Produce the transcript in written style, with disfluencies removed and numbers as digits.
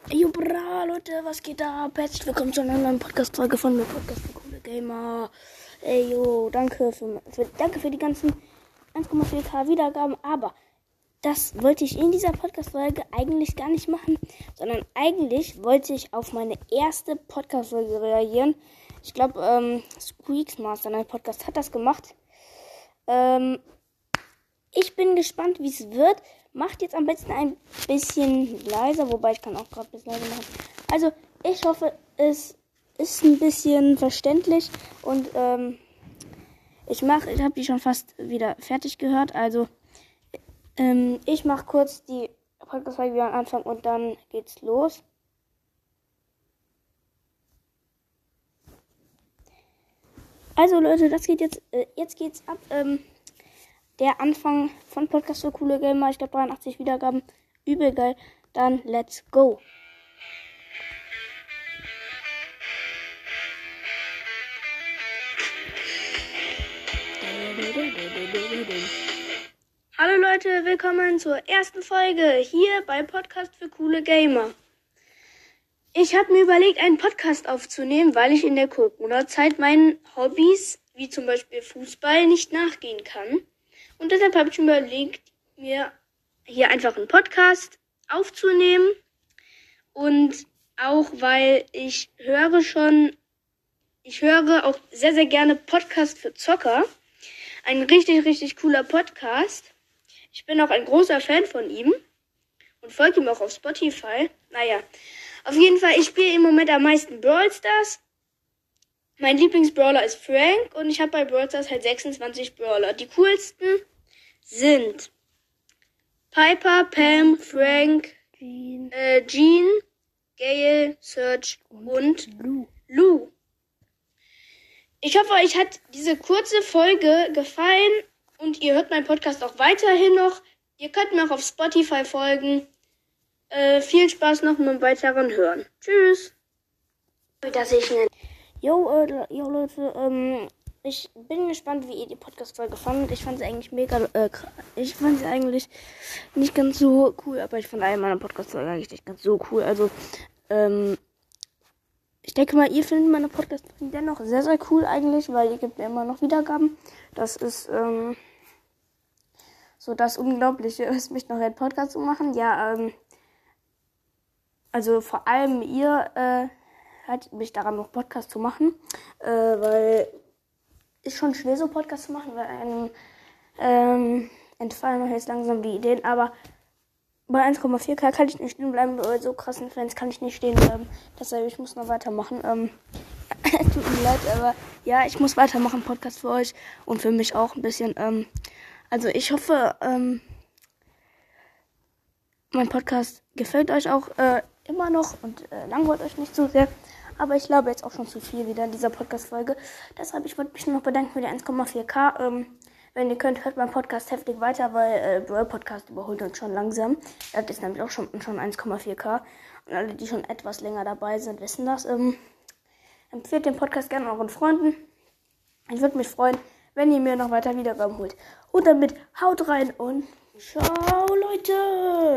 Ey, bra, Leute, was geht ab? Herzlich willkommen zu einer neuen Podcast-Folge von mir, Podcast für coole Gamer. Ey, yo, danke für die ganzen 1,4K Wiedergaben, aber das wollte ich in dieser Podcast-Folge eigentlich gar nicht machen, sondern eigentlich wollte ich auf meine erste Podcast-Folge reagieren. Ich glaube, Squeaksmaster, ein Podcast, hat das gemacht. Ich bin gespannt, wie es wird. Macht jetzt am besten ein bisschen leiser, wobei ich kann auch gerade ein bisschen leiser machen. Also, ich hoffe, es ist ein bisschen verständlich und ich habe die schon fast wieder fertig gehört. Also, ich mache kurz die Podcast-Folge wieder am Anfang und dann geht's los. Also, Leute, das geht jetzt geht's ab. Der Anfang von Podcast für coole Gamer. Ich glaube 83 Wiedergaben. Übel geil. Dann let's go. Hallo Leute, willkommen zur ersten Folge hier bei Podcast für coole Gamer. Ich habe mir überlegt, einen Podcast aufzunehmen, weil ich in der Corona-Zeit meinen Hobbys, wie zum Beispiel Fußball, nicht nachgehen kann. Und deshalb habe ich mir überlegt, mir hier einfach einen Podcast aufzunehmen. Und auch, weil ich höre auch sehr, sehr gerne Podcast für Zocker. Ein richtig, richtig cooler Podcast. Ich bin auch ein großer Fan von ihm und folge ihm auch auf Spotify. Naja, auf jeden Fall, ich spiele im Moment am meisten Brawl Stars. Mein Lieblingsbrawler ist Frank und ich habe bei Brawl Stars halt 26 Brawler. Die coolsten sind Piper, Pam, Frank, Jean, Gale, Serge und Lou. Ich hoffe, euch hat diese kurze Folge gefallen und ihr hört meinen Podcast auch weiterhin noch. Ihr könnt mir auch auf Spotify folgen. Viel Spaß noch beim weiteren Hören. Tschüss. Leute, ich bin gespannt, wie ihr die Podcast-Folge fandet. Ich fand sie eigentlich ich fand sie eigentlich nicht ganz so cool, aber ich fand alle meine Podcast-Folgen eigentlich nicht ganz so cool. Also, ich denke mal, ihr findet meine Podcast-Folgen dennoch sehr, sehr cool eigentlich, weil ihr gebt mir immer noch Wiedergaben. Das ist, so das Unglaubliche ist, mich noch einen Podcast zu machen. Ja, also vor allem ihr, hat mich daran noch Podcast zu machen, weil ist schon schwer, so Podcast zu machen, weil einem entfallen mir jetzt langsam die Ideen, aber bei 1,4K kann ich nicht stehen bleiben, bei so krassen Fans kann ich nicht stehen bleiben, deshalb ich muss noch weitermachen. Tut mir leid, aber ja, ich muss weitermachen, Podcast für euch und für mich auch ein bisschen. Also ich hoffe, mein Podcast gefällt euch auch immer noch und langweilt euch nicht so sehr. Aber ich glaube jetzt auch schon zu viel wieder in dieser Podcast-Folge. Deshalb, ich wollte mich nur noch bedanken für die 1,4K. Wenn ihr könnt, hört mein Podcast heftig weiter, weil Brawl Podcast überholt uns schon langsam. Er hat jetzt nämlich auch schon 1,4K. Und alle, die schon etwas länger dabei sind, wissen das. Empfehlt den Podcast gerne euren Freunden. Ich würde mich freuen, wenn ihr mir noch weiter Wiedergaben holt. Und damit haut rein und ciao, Leute!